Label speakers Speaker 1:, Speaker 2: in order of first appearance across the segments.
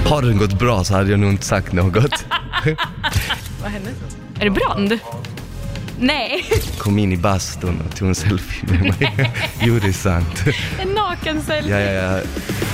Speaker 1: Har den gått bra så hade jag nog inte sagt något.
Speaker 2: Vad hände? Är det brand? Nej.
Speaker 1: Kom in i bastun och tog en selfie med mig. Jo, det är sant.
Speaker 2: En naken selfie.
Speaker 1: Ja.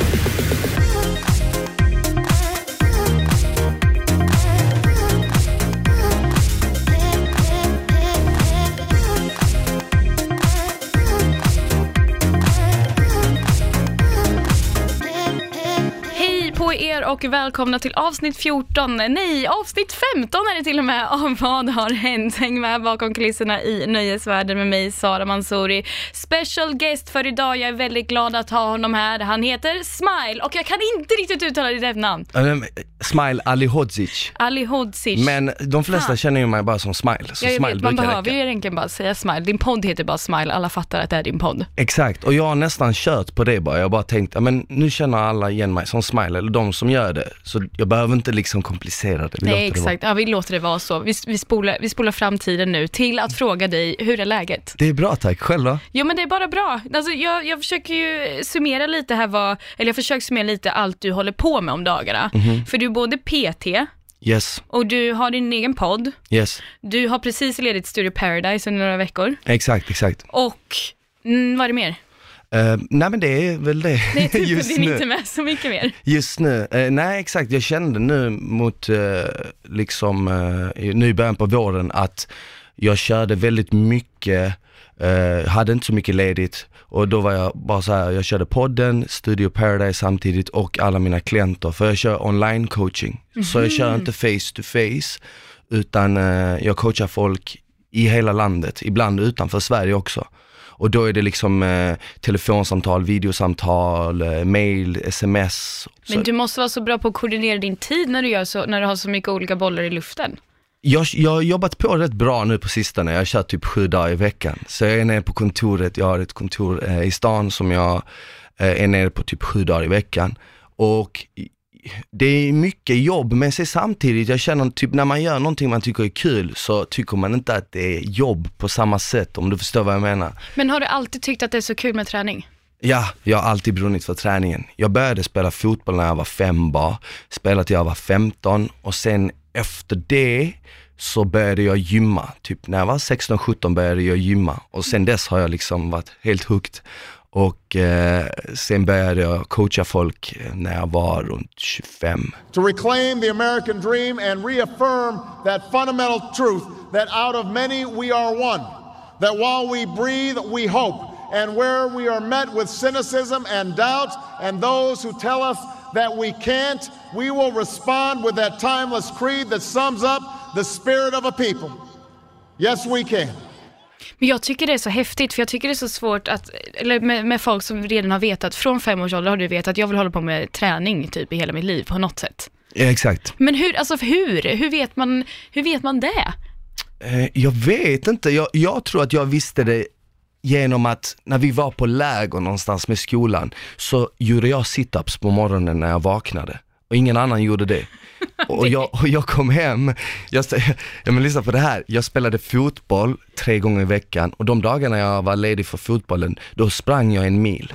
Speaker 2: På er och välkomna till avsnitt 14. Nej, avsnitt 15 är det till och med av Vad har hänt? Häng med bakom kulisserna i nöjesvärlden med mig, Sara Mansouri. Special guest för idag. Jag är väldigt glad att ha honom här. Han heter Smile och jag kan inte riktigt uttala ditt namn.
Speaker 1: Smile Alihodzic.
Speaker 2: Alihodzic.
Speaker 1: Men de flesta känner ju mig bara som Smile. Så
Speaker 2: jag
Speaker 1: Smile
Speaker 2: vet, man behöver
Speaker 1: räcka.
Speaker 2: ju egentligen bara säga Smile. Din podd heter bara Smile. Alla fattar att det är din podd.
Speaker 1: Exakt, och jag har nästan kört på det bara. Jag bara tänkte, men nu känner alla igen mig som Smile, eller de som gör det. Så jag behöver inte liksom komplicera det.
Speaker 2: Nej, exakt. Ja, vi låter det vara så. Vi spolar framtiden nu till att fråga dig, hur är läget?
Speaker 1: Det är bra, tack. Själv då?
Speaker 2: Jo, men det är bara bra. Alltså, jag försöker ju summera lite här jag försöker summera lite allt du håller på med om dagarna. För du är både PT.
Speaker 1: Yes.
Speaker 2: Och du har din egen podd.
Speaker 1: Yes.
Speaker 2: Du har precis ledigt Studio Paradise under några veckor.
Speaker 1: Exakt.
Speaker 2: Och vad är det mer?
Speaker 1: Nej, men det är väl det.
Speaker 2: Det är typ
Speaker 1: just
Speaker 2: det är
Speaker 1: nu.
Speaker 2: inte med så mycket mer.
Speaker 1: Just nu, nej exakt, jag kände nu mot nu i början på våren att jag körde väldigt mycket, hade inte så mycket ledigt, och då var jag bara så här, jag körde podden, Studio Paradise samtidigt och alla mina klienter, för jag kör online coaching. Så jag kör inte face to face, utan jag coachar folk i hela landet, ibland utanför Sverige också. Och då är det liksom telefonsamtal, videosamtal, mail, sms.
Speaker 2: Men du måste vara så bra på att koordinera din tid när du har så mycket olika bollar i luften.
Speaker 1: Jag har jobbat på rätt bra nu på sistone. Jag kör typ 7 dagar i veckan. Så jag är nere på kontoret. Jag har ett kontor i stan som jag är nere på typ 7 dagar i veckan. Och det är mycket jobb, men samtidigt, jag känner typ när man gör någonting man tycker är kul, så tycker man inte att det är jobb på samma sätt, om du förstår vad jag menar.
Speaker 2: Men har du alltid tyckt att det är så kul med träning?
Speaker 1: Ja, jag har alltid brunnit för träningen. Jag började spela fotboll när jag var 5 bara, spelat till jag var 15, och sen efter det så började jag gymma. Typ när jag var 16-17 började jag gymma, och sen dess har jag liksom varit helt hooked. Och sen började jag coacha folk när jag var runt 25.
Speaker 3: To reclaim the American dream and reaffirm that fundamental truth that out of many we are one. That while we breathe, we hope. And where we are met with cynicism and doubt and those who tell us that we can't, we will respond with that timeless creed that sums up the spirit of a people. Yes, we can.
Speaker 2: Men jag tycker det är så häftigt, för jag tycker det är så svårt att, eller med folk som redan har vetat, från 5 års ålder har du vetat att jag vill hålla på med träning typ i hela mitt liv på något sätt.
Speaker 1: Ja, exakt.
Speaker 2: Men hur vet man det?
Speaker 1: Jag vet inte, jag tror att jag visste det genom att när vi var på läger någonstans med skolan, så gjorde jag sit-ups på morgonen när jag vaknade. Och ingen annan gjorde det. Och jag kom hem, men lyssna på det här. Jag spelade fotboll 3 gånger i veckan, och de dagarna jag var ledig för fotbollen, då sprang jag 1 mil.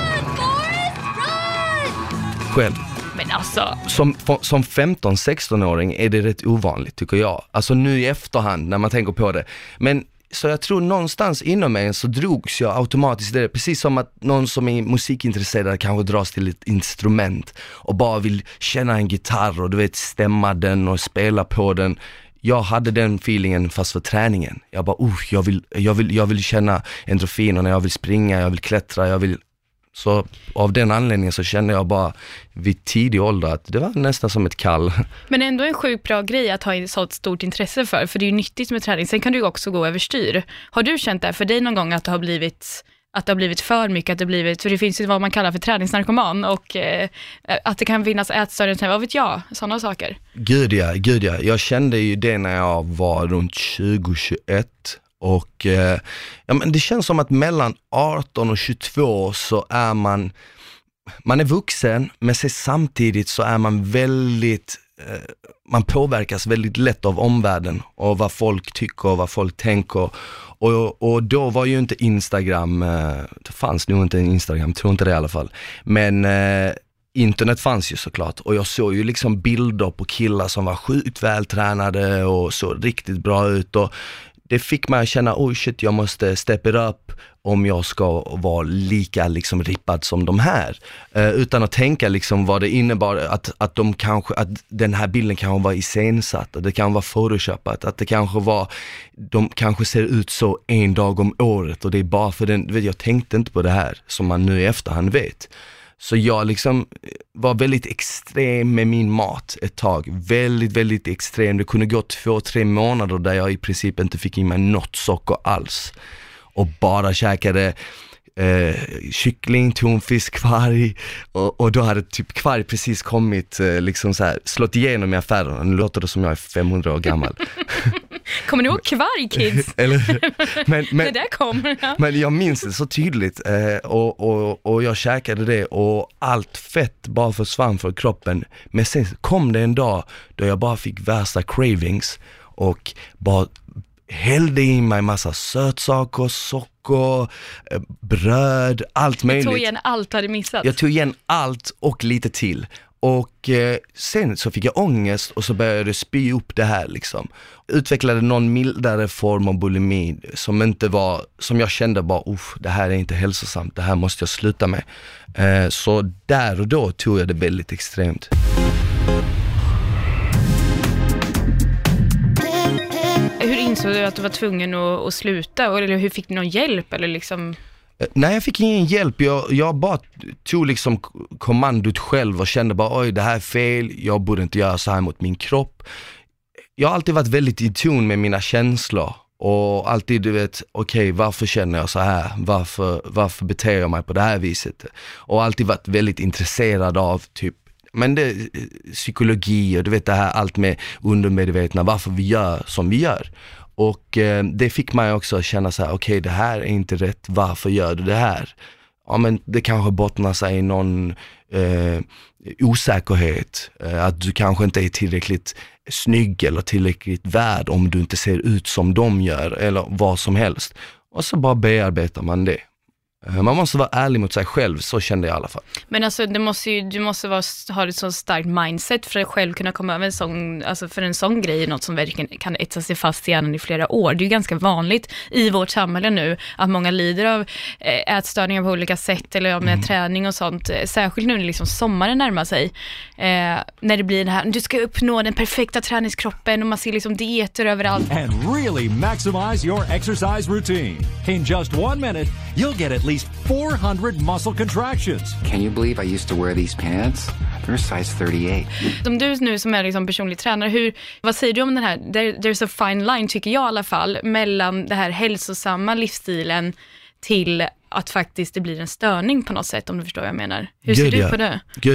Speaker 1: Själv.
Speaker 2: Men alltså...
Speaker 1: Som 15-16-åring är det rätt ovanligt, tycker jag. Alltså nu i efterhand när man tänker på det. Men så jag tror någonstans inom mig så drogs jag automatiskt det. Precis som att någon som är musikintresserad kanske dras till ett instrument och bara vill känna en gitarr och du vet stämma den och spela på den. Jag hade den feelingen fast för träningen. Jag bara, jag vill känna endorfinerna, jag vill springa, jag vill klättra, Så av den anledningen så kände jag bara vid tidig ålder att det var nästan som ett kall. Men
Speaker 2: ändå en sjukt bra grej att ha så ett stort intresse för det är ju nyttigt med träning. Sen kan du ju också gå överstyr. Har du känt det för dig någon gång att det har blivit för mycket, för det finns ju vad man kallar för träningsnarkoman, och att det kan finnas ätstörningar, vad vet jag, sådana saker.
Speaker 1: Gud ja. Jag kände ju det när jag var runt 20-21. Och men det känns som att mellan 18 och 22 så är man är vuxen, men samtidigt så är man väldigt, man påverkas väldigt lätt av omvärlden och vad folk tycker och vad folk tänker. Och då var ju inte Instagram, det fanns nog inte en Instagram, tror inte det i alla fall. Men internet fanns ju såklart, och jag såg ju liksom bilder på killar som var sjukt vältränade och såg riktigt bra ut, och det fick mig att känna, oj shit, jag måste step it up om jag ska vara lika liksom rippad som de här. Utan att tänka liksom vad det innebar att den här bilden kanske var iscensatt, att det kan vara photoshopat, att det kanske var, de kanske ser ut så en dag om året, och det är bara för den, jag tänkte inte på det här som man nu i efterhand vet. Så jag liksom var väldigt extrem med min mat ett tag. Väldigt, väldigt extrem. Det kunde gå 2-3 månader där jag i princip inte fick i mig något socker alls. Och bara käkade kyckling, tonfisk, kvarg. Och då hade typ kvarg precis kommit, liksom så här, slått igenom i affären. Nu låter det som jag är 500 år gammal.
Speaker 2: Kommer ni ihåg kvarg, kids?
Speaker 1: men,
Speaker 2: det där kom. Ja.
Speaker 1: Men jag minns det så tydligt, och jag käkade det, och allt fett bara försvann från kroppen. Men sen kom det en dag då jag bara fick värsta cravings och bara hällde i mig massa sötsaker, socker, bröd, allt möjligt.
Speaker 2: Jag tog igen allt hade missat.
Speaker 1: Jag tog igen allt och lite till. Och sen så fick jag ångest, och så började jag spy upp det här liksom. Utvecklade någon mildare form av bulimi som inte var, som jag kände bara, det här är inte hälsosamt, det här måste jag sluta med. Så där och då tog jag det väldigt extremt.
Speaker 2: Hur insåg du att du var tvungen att sluta? Eller hur fick du någon hjälp? Eller liksom...
Speaker 1: Nej, jag fick ingen hjälp. Jag bara tog liksom kommandot själv och kände bara, oj, det här är fel, jag borde inte göra så här mot min kropp. Jag har alltid varit väldigt i ton med mina känslor, och alltid, du vet, okej, varför känner jag så här? Varför beter jag mig på det här viset? Och alltid varit väldigt intresserad av typ, men det psykologi och du vet det här, allt med undermedvetna, varför vi gör som vi gör. Och det fick mig också att känna så här, okej, det här är inte rätt, varför gör du det här? Ja, men det kanske bottnar sig i någon osäkerhet, att du kanske inte är tillräckligt snygg eller tillräckligt värd om du inte ser ut som de gör, eller vad som helst. Och så bara bearbetar man det. Man måste vara ärlig mot sig själv, så kände jag i alla fall.
Speaker 2: Men alltså du måste ha ett så starkt mindset för att själv kunna komma över en sån, alltså för en sån grej, något som verkligen kan etsa sig fast i hjärnan i flera år. Det är ju ganska vanligt i vårt samhälle nu att många lider av ätstörningar på olika sätt, eller med träning och sånt. Särskilt nu när liksom sommaren närmar sig. När det blir det här, du ska uppnå den perfekta träningskroppen och man ser liksom dieter överallt.
Speaker 4: And really maximize your exercise routine. In just 1 minute, you'll get at least 400 muscle contractions.
Speaker 5: Can you believe I used to wear these pants? They're size 38.
Speaker 2: Som du nu som är liksom personlig tränare, vad säger du om den här, there's a fine line tycker jag i alla fall, mellan det här hälsosamma livsstilen till att faktiskt det blir en störning på något sätt, om du förstår vad jag menar. Hur ser du på det?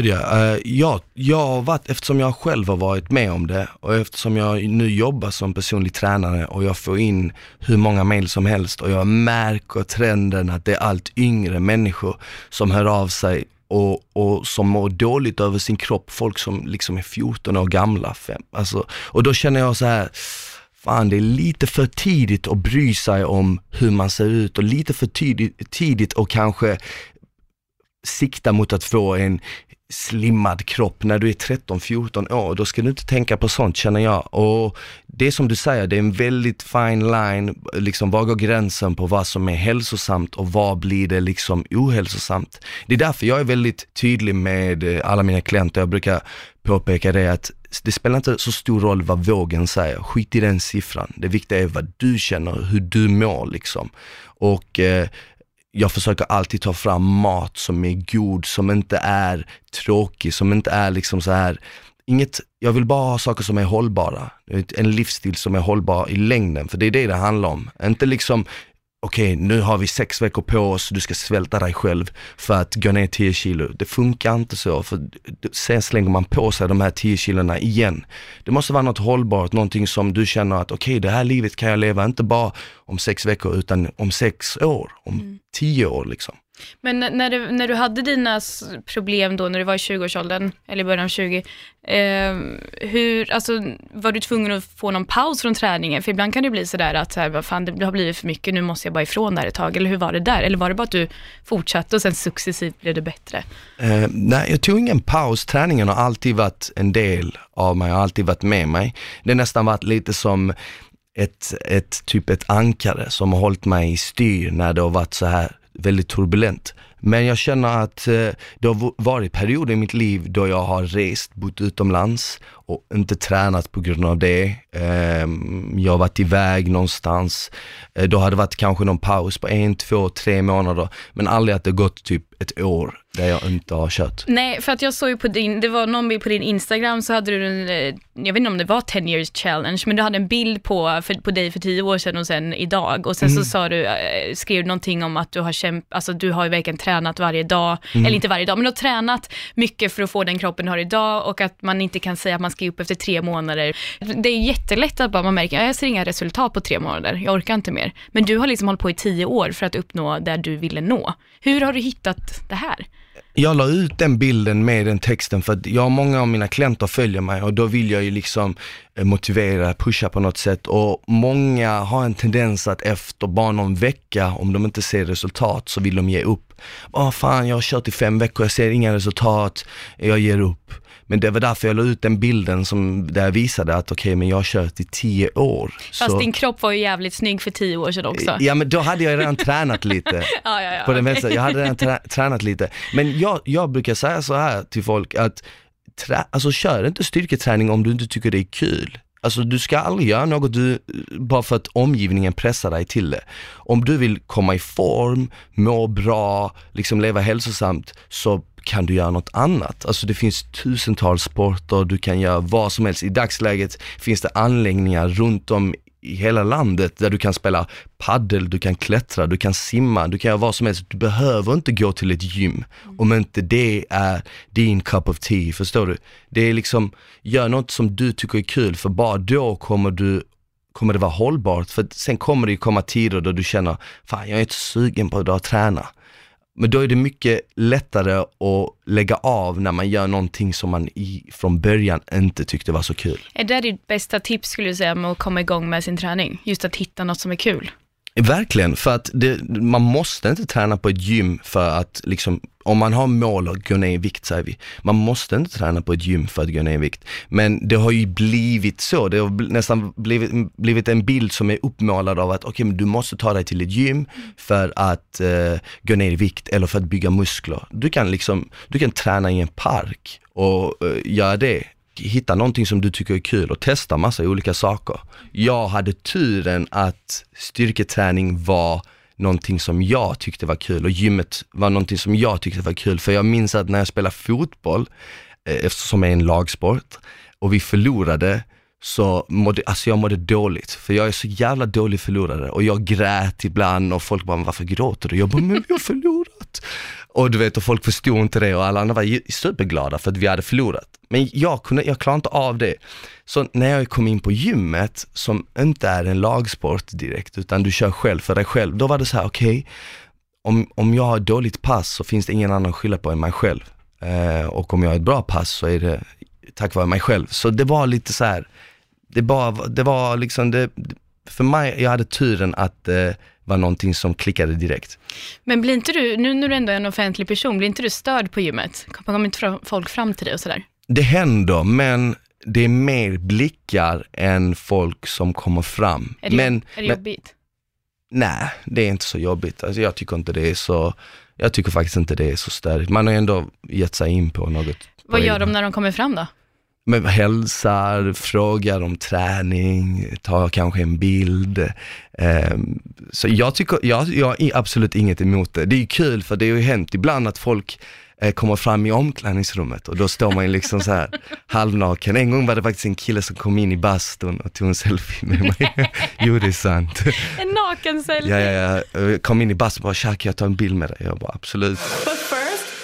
Speaker 1: Jag har varit, eftersom jag själv har varit med om det, och eftersom jag nu jobbar som personlig tränare och jag får in hur många mejl som helst, och jag märker trenden att det är allt yngre människor som hör av sig och som mår dåligt över sin kropp, folk som liksom är 14 år gamla, och då känner jag så här, fan, det är lite för tidigt att bry sig om hur man ser ut, och lite för tidigt och kanske sikta mot att få en slimmad kropp när du är 13-14 år. Då ska du inte tänka på sånt, känner jag. Och det som du säger, det är en väldigt fine line, liksom vad går gränsen på vad som är hälsosamt och vad blir det liksom ohälsosamt. Det är därför jag är väldigt tydlig med alla mina klienter. Jag brukar påpeka det, att det spelar inte så stor roll vad vågen säger. Skit i den siffran. Det viktiga är vad du känner, hur du mår liksom. Och jag försöker alltid ta fram mat som är god, som inte är tråkig, som inte är liksom så här. Jag vill bara ha saker som är hållbara. En livsstil som är hållbar i längden, för det är det handlar om. Inte liksom, okej, nu har vi 6 veckor på oss, du ska svälta dig själv för att gå ner 10 kilo. Det funkar inte så, för sen slänger man på sig de här 10 kilorna igen. Det måste vara något hållbart, någonting som du känner att okej, det här livet kan jag leva inte bara om 6 veckor utan om 6 år, om 10 år liksom.
Speaker 2: Men när du hade dina problem då när du var i 20-årsåldern eller i början av 20, var du tvungen att få någon paus från träningen? För ibland kan det bli sådär att vad fan, det har blivit för mycket, nu måste jag bara ifrån där ett tag. Eller hur var det där? Eller var det bara att du fortsatte och sen successivt blev det bättre?
Speaker 1: Nej, jag tog ingen paus. Träningen har alltid varit en del av mig, har alltid varit med mig. Det har nästan varit lite som ett ankare som har hållit mig i styr när det har varit så här väldigt turbulent. Men jag känner att det har varit perioder i mitt liv då jag har rest, bott utomlands och inte tränat på grund av det. Jag har varit iväg någonstans. Då har det varit kanske någon paus på 1, 2, 3 månader. Men aldrig att det gått typ ett år där jag inte har kört.
Speaker 2: Nej, för att jag såg ju på det var någon bild på din Instagram så hade du jag vet inte om det var 10 years challenge, men du hade en bild på dig för 10 år sedan och sen idag. Och sen så skrev du någonting om att du har alltså du har ju verkligen tränat varje dag, eller inte varje dag, men du har tränat mycket för att få den kroppen du har idag och att man inte kan säga att man ska upp efter 3 månader. Det är jättelätt att bara man märker, jag ser inga resultat på 3 månader, jag orkar inte mer. Men du har liksom hållit på i 10 år för att uppnå där du ville nå. Hur har du hittat det här?
Speaker 1: Jag la ut den bilden med den texten för att många av mina klienter följer mig och då vill jag ju liksom motivera, pusha på något sätt, och många har en tendens att efter bara någon vecka, om de inte ser resultat, så vill de ge upp. Fan, jag har kört i 5 veckor, jag ser inga resultat, jag ger upp. Men det var därför jag la ut den bilden där jag visade att okej, men jag har kört i 10 år.
Speaker 2: Fast din kropp var ju jävligt snygg för 10 år sedan också.
Speaker 1: Ja, men då hade jag redan tränat lite. På den vänstra. Jag hade redan tränat lite. Men jag brukar säga så här till folk att alltså kör inte styrketräning om du inte tycker det är kul. Alltså du ska aldrig göra något bara för att omgivningen pressar dig till det. Om du vill komma i form, må bra, liksom leva hälsosamt, så kan du göra något annat. Alltså det finns tusentals sporter, du kan göra vad som helst. I dagsläget finns det anläggningar runt om i hela landet där du kan spela paddel, du kan klättra, du kan simma, du kan göra vad som helst. Du behöver inte gå till ett gym om inte det är din cup of tea, förstår du? Det är liksom, gör något som du tycker är kul, för bara då kommer det vara hållbart. För sen kommer det ju komma tider då du känner, fan jag är inte sugen på att träna. Men då är det mycket lättare att lägga av när man gör någonting som man från början inte tyckte var så kul.
Speaker 2: Är det ditt bästa tips, skulle du säga, med att komma igång med sin träning? Just att hitta något som är kul?
Speaker 1: Verkligen, för att man måste inte träna på ett gym för att liksom, om man har mål att gå ner i vikt, säger vi. Man måste inte träna på ett gym för att gå ner i vikt. Men det har ju blivit så. Det har nästan blivit en bild som är uppmålad av att okej, men du måste ta dig till ett gym för att gå ner i vikt eller för att bygga muskler. Du kan träna i en park och göra det. Hitta någonting som du tycker är kul och testa massa olika saker. Jag hade turen att styrketräning var någonting som jag tyckte var kul och gymmet var någonting som jag tyckte var kul. För jag minns att när jag spelade fotboll, eftersom jag är en lagsport, och vi förlorade, så jag mådde dåligt. För jag är så jävla dålig förlorare. Och jag grät ibland och folk bara, varför gråter du? Jag bara, men vi har förlorat. Och du vet, och folk förstod inte det och alla andra var superglada för att vi hade förlorat. Men jag klarade inte av det. Så när jag kom in på gymmet, som inte är en lagsport direkt, utan du kör själv för dig själv, då var det så här, okej, om jag har ett dåligt pass så finns det ingen annan att skylla på än mig själv. Och om jag har ett bra pass så är det tack vare mig själv. Så det var lite så här, det var liksom för mig, jag hade turen att var någonting som klickade direkt. Men
Speaker 2: blir inte du, nu när du ändå är en offentlig person, blir inte du störd på gymmet? Kommer inte folk fram till dig och sådär?
Speaker 1: Det händer, men det är mer blickar än folk som kommer fram.
Speaker 2: Är det jobbigt?
Speaker 1: Nej, det är inte så jobbigt. Alltså, jag tycker faktiskt inte det är så störigt. Man har ändå gett sig in på något.
Speaker 2: Vad gör de när de kommer fram då?
Speaker 1: Men hälsar, frågar om träning, tar kanske en bild. Så jag har absolut inget emot det. Det är kul, för det har ju hänt ibland att folk kommer fram i omklädningsrummet och då står man ju liksom så här halvnaken. En gång var det faktiskt en kille som kom in i bastun och tog en selfie med mig. Jo, det är sant.
Speaker 2: En naken selfie?
Speaker 1: Ja. Kom in i bastun och bara, kan jag ta en bild med dig? Jag bara, absolut.
Speaker 6: But first,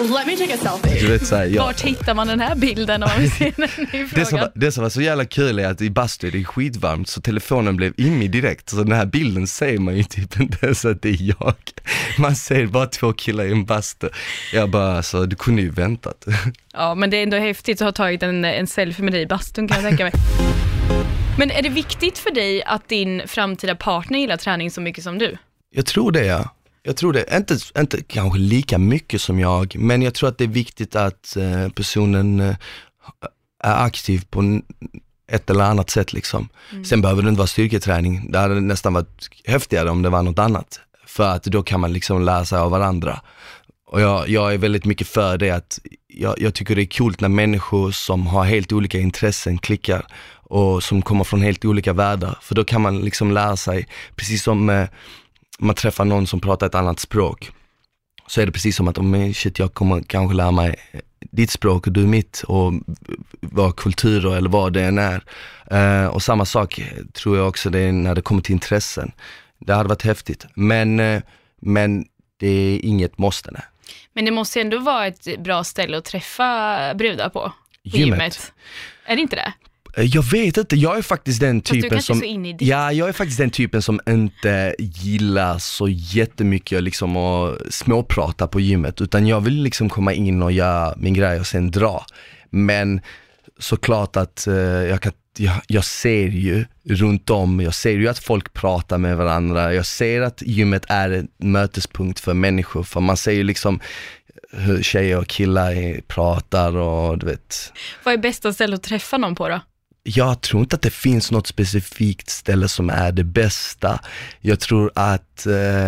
Speaker 2: Let me take a selfie.
Speaker 1: Du vet, så här,
Speaker 2: Vart hittar man den här bilden om man vill se den i frågan?
Speaker 1: Det som var så jävla kul är att i bastu det är skitvarmt så telefonen blev inne direkt. Så den här bilden ser man ju typ inte så att det är jag. Man ser bara 2 killar i en bastu. Jag bara, alltså du kunde ju väntat.
Speaker 2: Ja, men det är ändå häftigt att ha tagit en selfie med dig i bastun, kan jag tänka mig. Men är det viktigt för dig att din framtida partner gillar träning så mycket som du?
Speaker 1: Jag tror det, ja. Jag tror det, inte kanske lika mycket som jag, men jag tror att det är viktigt att personen är aktiv på ett eller annat sätt liksom. Sen behöver det inte vara styrketräning. Det hade nästan varit häftigare om det var något annat. För att då kan man liksom lära sig av varandra. Och jag är väldigt mycket för det att jag tycker det är kul när människor som har helt olika intressen klickar och som kommer från helt olika världar. För då kan man liksom lära sig, precis som man träffar någon som pratar ett annat språk, så är det precis som att jag kommer kanske lära mig ditt språk och du mitt och vad kulturer eller vad det än är. Och samma sak tror jag också det är när det kommer till intressen. Det hade varit häftigt. Men det är inget måste. Nej.
Speaker 2: Men det måste ändå vara ett bra ställe att träffa brudar på.
Speaker 1: Gymmet.
Speaker 2: Är det inte det?
Speaker 1: Jag vet inte, jag är faktiskt den typen som
Speaker 2: jag
Speaker 1: är faktiskt den typen som inte gillar så jättemycket liksom att småprata på gymmet, utan jag vill liksom komma in och göra min grej och sen dra. Men såklart att jag ser ju runt om, jag ser ju att folk pratar med varandra, jag ser att gymmet är en mötespunkt för människor, för man ser ju liksom hur tjejer och killar pratar och du vet.
Speaker 2: Vad är bästa stället att träffa någon på då?
Speaker 1: Jag tror inte att det finns något specifikt ställe som är det bästa. Jag tror att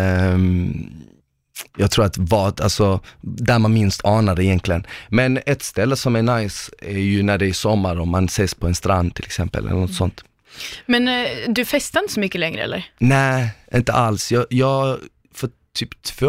Speaker 1: alltså, där man minst anar det egentligen. Men ett ställe som är nice är ju när det är sommar och man ses på en strand till exempel eller något sånt.
Speaker 2: Men du festar inte så mycket längre eller?
Speaker 1: Nej, inte alls. Jag för typ 2-3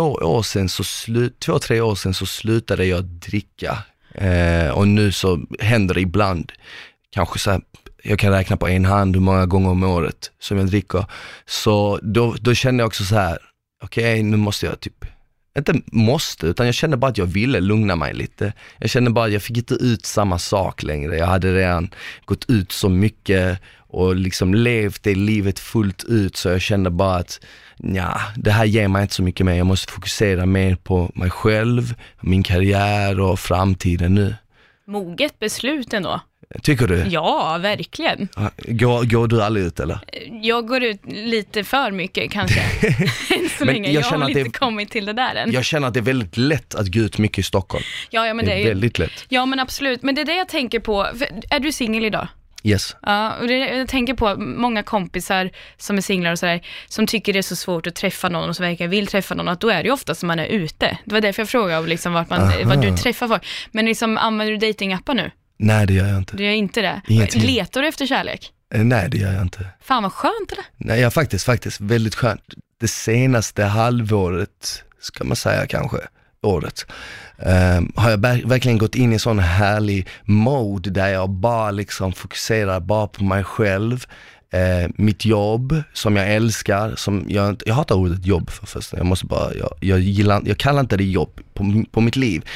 Speaker 1: år sedan så slutade jag dricka. Och nu så händer det ibland. Kanske så här, jag kan räkna på en hand hur många gånger om året som jag dricker. Så då kände jag också så här, okej, nu måste jag utan jag kände bara att jag ville lugna mig lite. Jag kände bara att jag fick inte ut samma sak längre. Jag hade redan gått ut så mycket och liksom levt det livet fullt ut, så jag kände bara att det här ger mig inte så mycket mer. Jag måste fokusera mer på mig själv, min karriär och framtiden nu.
Speaker 2: Moget beslut ändå.
Speaker 1: Tycker du?
Speaker 2: Ja, verkligen.
Speaker 1: Går du aldrig ut eller?
Speaker 2: Jag går ut lite för mycket kanske. Än så länge. Jag har inte kommit till det där än.
Speaker 1: Jag känner att det är väldigt lätt att gå ut mycket i Stockholm.
Speaker 2: Ja, men det är
Speaker 1: väldigt lätt.
Speaker 2: Ja, men absolut. Men det är det jag tänker på. Är du singel idag?
Speaker 1: Yes.
Speaker 2: Ja, och jag tänker på många kompisar som är singlar och sådär, som tycker det är så svårt att träffa någon och så verkar vill träffa någon, att då är det ju ofta som man är ute. Det var därför jag frågade liksom vad du träffar för. Men liksom, använder du datingappar nu?
Speaker 1: Nej, det gör jag inte.
Speaker 2: Du gör inte det?
Speaker 1: Ingenting.
Speaker 2: Letar du efter kärlek?
Speaker 1: Nej, det gör jag inte.
Speaker 2: Fan vad skönt eller?
Speaker 1: Nej, jag faktiskt väldigt skönt. Det senaste halvåret, ska man säga kanske, året, har jag verkligen gått in i sån härlig mode där jag bara liksom fokuserar bara på mig själv, mitt jobb som jag älskar, som jag hatar ordet jobb för första. Jag måste bara, jag kallar inte det jobb på mitt liv.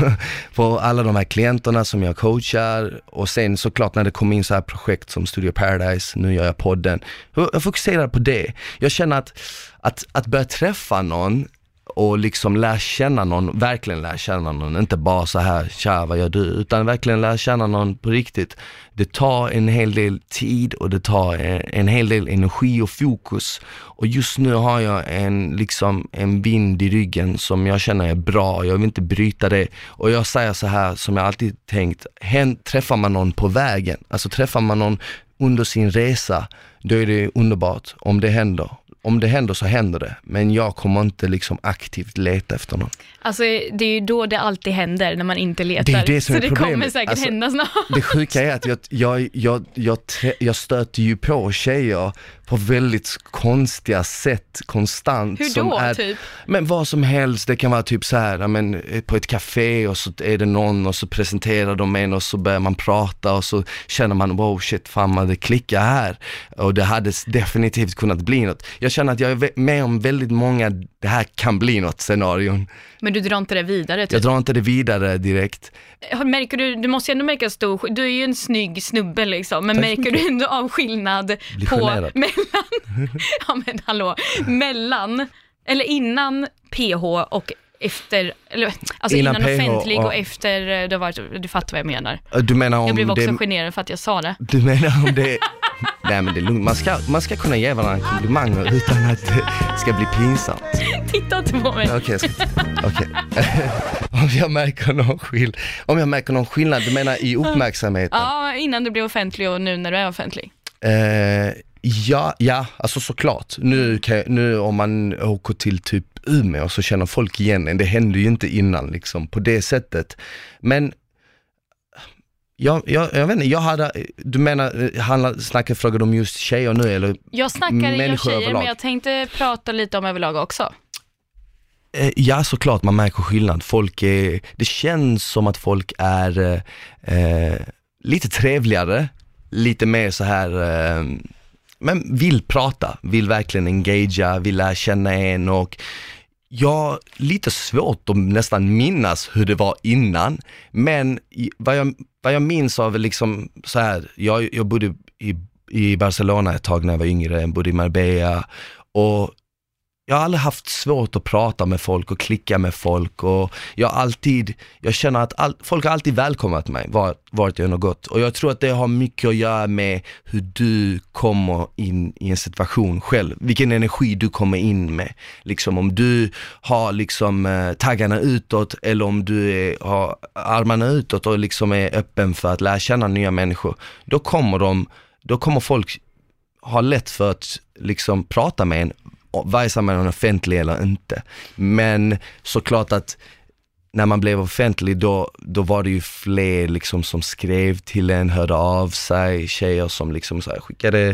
Speaker 1: På alla de här klienterna som jag coachar, och sen såklart när det kommer in så här projekt som Studio Paradise, nu gör jag podden. Jag fokuserar på det. Jag känner att börja träffa någon och liksom verkligen lära känna någon, inte bara så här, tja, vad gör du? Utan verkligen lära känna någon på riktigt. Det tar en hel del tid och det tar en hel del energi och fokus. Och just nu har jag en vind i ryggen som jag känner är bra. Jag vill inte bryta det. Och jag säger så här som jag alltid tänkt, träffar man någon på vägen, alltså träffar man någon under sin resa, då är det underbart om det händer. Om det händer så händer det. Men jag kommer inte liksom aktivt leta efter någon. Alltså
Speaker 2: det är ju då det alltid händer, när man inte letar.
Speaker 1: Det är det som
Speaker 2: så
Speaker 1: är problemet.
Speaker 2: Det kommer säkert hända snart.
Speaker 1: Det sjuka är att jag stöter ju på tjejer på väldigt konstiga sätt konstant.
Speaker 2: Hur då typ?
Speaker 1: Men vad som helst. Det kan vara typ så här, men på ett café och så är det någon och så presenterar de en och så börjar man prata och så känner man, wow shit, fan det klickar här. Och det hade definitivt kunnat bli något. Jag känner att jag är med om väldigt många, det här kan bli något scenarion.
Speaker 2: Men du drar inte det vidare? Typ.
Speaker 1: Jag drar inte det vidare direkt.
Speaker 2: Märker du måste ju ändå märka du är ju en snygg snubbe liksom, men märker du ändå av skillnad mellan, eller innan PH och efter, eller alltså innan offentlig och efter du fattar vad jag menar.
Speaker 1: Du menar om
Speaker 2: jag blev också generad för att jag sa det.
Speaker 1: Du menar om det nej, men det är lugnt. Man ska kunna ge varandra komplimanger utan att det ska bli pinsamt.
Speaker 2: Titta inte på mig.
Speaker 1: Okej. Om jag märker någon skillnad, du menar i uppmärksamheten?
Speaker 2: Ja, innan du blev offentlig och nu när du är offentlig.
Speaker 1: Ja, alltså såklart. Nu om man åker till typ Umeå så känner folk igen en. Det hände ju inte innan liksom på det sättet. Men jag vet inte, du menar, frågar om just tjejer nu eller
Speaker 2: jag snackar om tjejer, men jag tänkte prata lite om överlag också.
Speaker 1: Ja, såklart man märker skillnad. Det känns som att folk är lite trevligare, lite mer så här, men vill prata, vill verkligen engagera, vill lära känna en, och jag har lite svårt att nästan minnas hur det var innan, men vad jag minns av liksom så här, jag bodde i Barcelona ett tag när jag var yngre, jag bodde i Marbella, och jag har aldrig haft svårt att prata med folk och klicka med folk, och jag känner att folk har alltid välkomnat mig vart jag än har gått, och jag tror att det har mycket att göra med hur du kommer in i en situation själv, vilken energi du kommer in med, liksom om du har liksom taggarna utåt eller om du har armarna utåt och liksom är öppen för att lära känna nya människor, då kommer folk ha lätt för att liksom prata med en, vare sig man är offentlig eller inte. Men såklart att när man blev offentlig då var det ju fler liksom som skrev till en, hörde av sig, tjejer som liksom så här skickade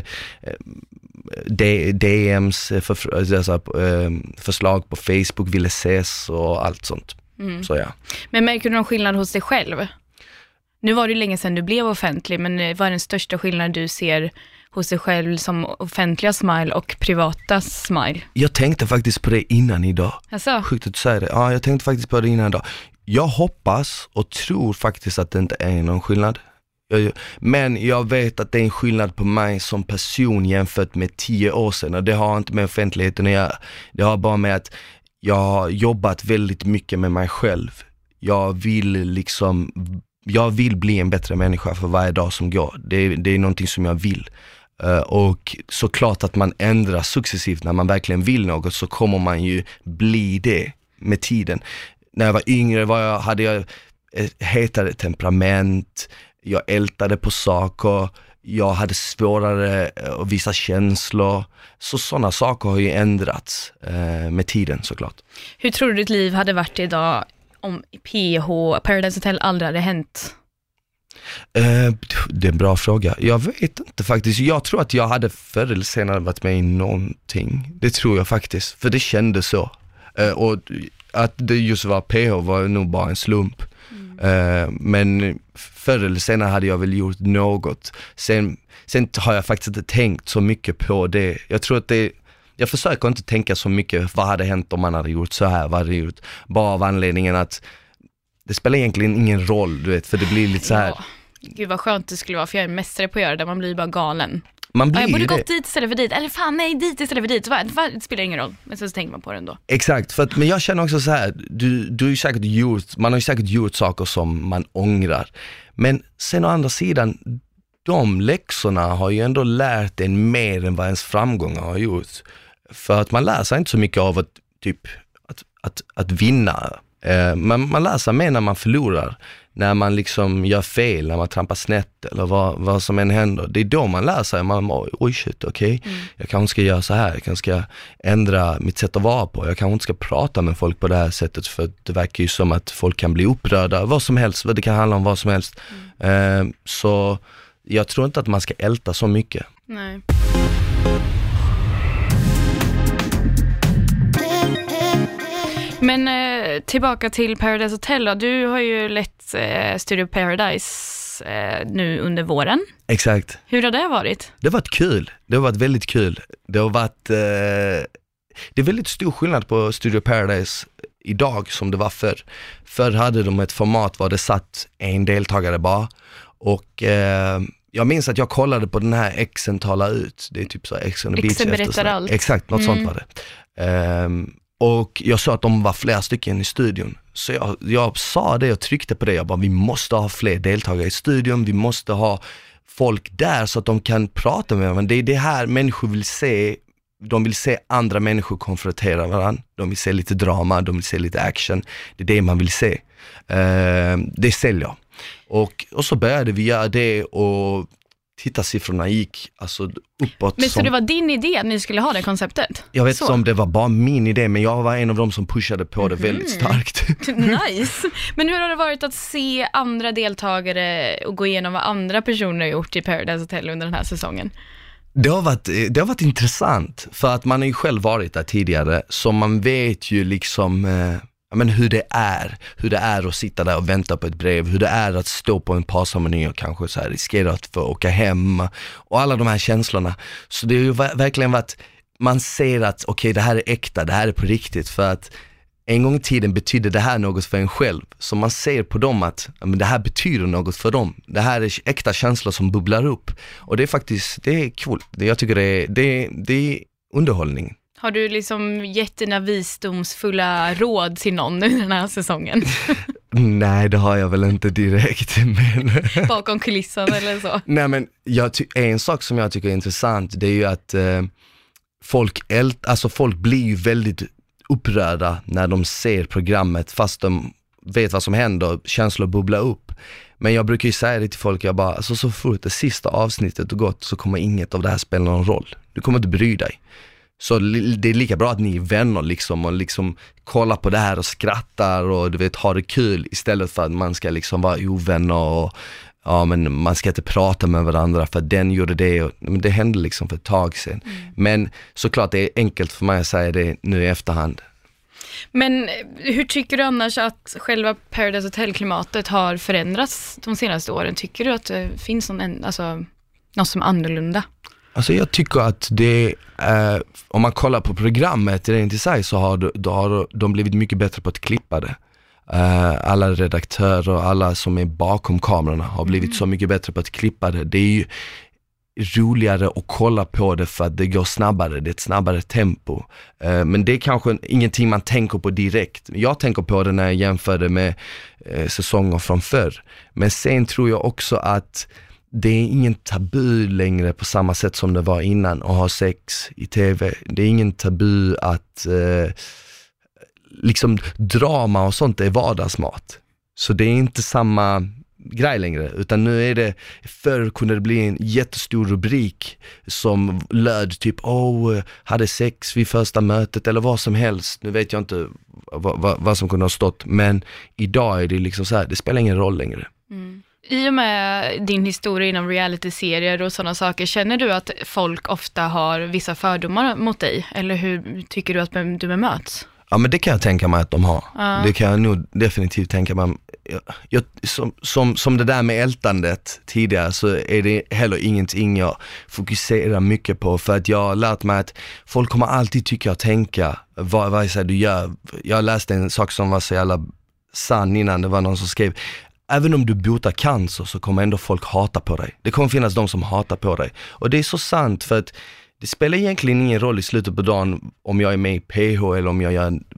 Speaker 1: DMs, förslag på Facebook, ville ses och allt sånt. Så ja.
Speaker 2: Men märker du någon skillnad hos dig själv? Nu var det länge sedan du blev offentlig, men vad är den största skillnaden du ser hos dig själv som offentliga Smile och privata Smile? Jag
Speaker 1: tänkte faktiskt på det innan idag.
Speaker 2: Alltså?
Speaker 1: Sjukt att du säger det. Ja, jag tänkte faktiskt på det innan idag. Jag hoppas och tror faktiskt att det inte är någon skillnad. Men jag vet att det är en skillnad på mig som person jämfört med 10 år sedan. Och det har inte med offentligheten att göra. Det har bara med att jag har jobbat väldigt mycket med mig själv. Jag vill bli en bättre människa för varje dag som går. Det är någonting som jag vill. Och såklart att man ändrar successivt när man verkligen vill något, så kommer man ju bli det med tiden. När jag var yngre hade jag hetare temperament, jag ältade på saker, jag hade svårare att visa känslor. Så sådana saker har ju ändrats med tiden såklart.
Speaker 2: Hur tror du ditt liv hade varit idag om PH, Paradise Hotel, aldrig hade hänt?
Speaker 1: Det är en bra fråga. Jag vet inte faktiskt. Jag tror att jag hade förr eller senare varit med i någonting. Det tror jag faktiskt. För det kändes så. Och att det just var PH var nog bara en slump. Men förr eller senare hade jag väl gjort något. Sen har jag faktiskt inte tänkt så mycket på det. Jag tror att jag försöker inte tänka så mycket vad hade hänt om man hade gjort så här, vad hade gjort. Bara av anledningen att det spelar egentligen ingen roll, du vet, för det blir lite så här.
Speaker 2: Ja. Gud vad skönt det skulle vara, för jag är mästare på att göra det, man blir bara galen.
Speaker 1: Man blir
Speaker 2: jag borde
Speaker 1: det.
Speaker 2: Gått dit istället för dit, eller fan nej, dit istället för dit, det spelar ingen roll, men så tänker man på det ändå.
Speaker 1: Exakt, men jag känner också så här, man har ju säkert gjort saker som man ångrar, men sen å andra sidan, de läxorna har ju ändå lärt en mer än vad ens framgångar har gjort. För att man lär sig inte så mycket av att vinna. Man lär sig mer när man förlorar. När man liksom gör fel, när man trampar snett eller vad som än händer. Det är då man lär sig. Oj shit, okej. Jag kanske ska göra så här. Jag kanske ska ändra mitt sätt att vara på. Jag kanske inte ska prata med folk på det här sättet. För det verkar ju som att folk kan bli upprörda. Vad som helst, det kan handla om vad som helst. Så jag tror inte att man ska älta så mycket.
Speaker 2: Nej. Men tillbaka till Paradise Hotel då. Du har ju lett Studio Paradise Paradise nu under våren.
Speaker 1: Exakt.
Speaker 2: Hur har det varit?
Speaker 1: Det har varit kul. Det har varit väldigt kul. Det har varit... det är väldigt stor skillnad på Studio Paradise idag som det var förr. Förr hade de ett format var det satt en deltagare bara. Och jag minns att jag kollade på den här Exen talar ut. Det är typ så Ex on the Beach.
Speaker 2: Exen berättar allt.
Speaker 1: Exakt, något sånt var det. Och jag sa att de var flera stycken i studion. Så jag sa det och tryckte på det. Jag bara, vi måste ha fler deltagare i studion. Vi måste ha folk där så att de kan prata med varandra. Det är det här människor vill se. De vill se andra människor konfrontera varandra. De vill se lite drama, de vill se lite action. Det är det man vill se. Det säljer. Och så började vi göra det och tittarsiffrorna gick alltså uppåt.
Speaker 2: Men så det var din idé att ni skulle ha det konceptet?
Speaker 1: Jag vet inte om det var bara min idé, men jag var en av dem som pushade på det väldigt starkt.
Speaker 2: Nice. Men hur har det varit att se andra deltagare och gå igenom vad andra personer har gjort i Paradise Hotel under den här säsongen?
Speaker 1: Det har varit intressant för att man har ju själv varit där tidigare, så man vet ju liksom men hur det är att sitta där och vänta på ett brev, hur det är att stå på en parceremoni och kanske så här riskera att få åka hem och alla de här känslorna. Så det har ju verkligen varit, man ser att okej, det här är äkta, det här är på riktigt, för att en gång i tiden betydde det här något för en själv. Så man ser på dem att men det här betyder något för dem. Det här är äkta känslor som bubblar upp. Och det är faktiskt, det är coolt. Jag tycker det är underhållning.
Speaker 2: Har du liksom gett dina visdomsfulla råd till någon i den här säsongen?
Speaker 1: Nej, det har jag väl inte direkt. Men
Speaker 2: bakom kulissen eller så? Nej, men
Speaker 1: en sak som jag tycker är intressant, det är ju att folk blir ju väldigt upprörda när de ser programmet fast de vet vad som händer, känslor bubblar upp. Men jag brukar ju säga det till folk, jag bara, alltså, så fort det sista avsnittet har gått så kommer inget av det här spela någon roll. Du kommer inte bry dig. Så det är lika bra att ni är vänner liksom, och liksom kollar på det här och skrattar och du vet, ha det kul istället för att man ska liksom vara ovänner och ja, men man ska inte prata med varandra för den gjorde det och, men det hände liksom för ett tag sedan. Men såklart det är enkelt för mig att säga det nu i efterhand. Men
Speaker 2: hur tycker du annars att själva Paradise Hotel-klimatet har förändrats de senaste åren? Tycker du att det finns något som är annorlunda?
Speaker 1: Alltså jag tycker att det om man kollar på programmet rent i sig så har de blivit mycket bättre på att klippa det. Alla redaktörer och alla som är bakom kamerorna har blivit så mycket bättre på att klippa det. Det är ju roligare att kolla på det för att det går snabbare, det är ett snabbare tempo. Men det är kanske ingenting man tänker på direkt. Jag tänker på det när jag jämför det med säsonger från förr. Men sen tror jag också att det är ingen tabu längre på samma sätt som det var innan att ha sex i tv. Det är ingen tabu att liksom drama och sånt är vardagsmat. Så det är inte samma grej längre, utan nu är det, förr kunde det bli en jättestor rubrik som löd typ hade sex vid första mötet eller vad som helst. Nu vet jag inte vad som kunde ha stått, men idag är det liksom så här, det spelar ingen roll längre.
Speaker 2: I och med din historia inom reality-serier och sådana saker, känner du att folk ofta har vissa fördomar mot dig? Eller hur tycker du att du bemöts?
Speaker 1: Ja, men det kan jag tänka mig att de har. Det kan jag nog definitivt tänka mig. Som det där med ältandet tidigare, så är det heller ingenting jag fokuserar mycket på. För att jag har lärt mig att folk kommer alltid tycka och tänka vad du gör. Jag läste en sak som var så jävla sann innan. Det var någon som skrev: även om du botar cancer så kommer ändå folk hata på dig. Det kommer finnas de som hatar på dig. Och det är så sant, för att det spelar egentligen ingen roll i slutet på dagen om jag är med i PH eller om jag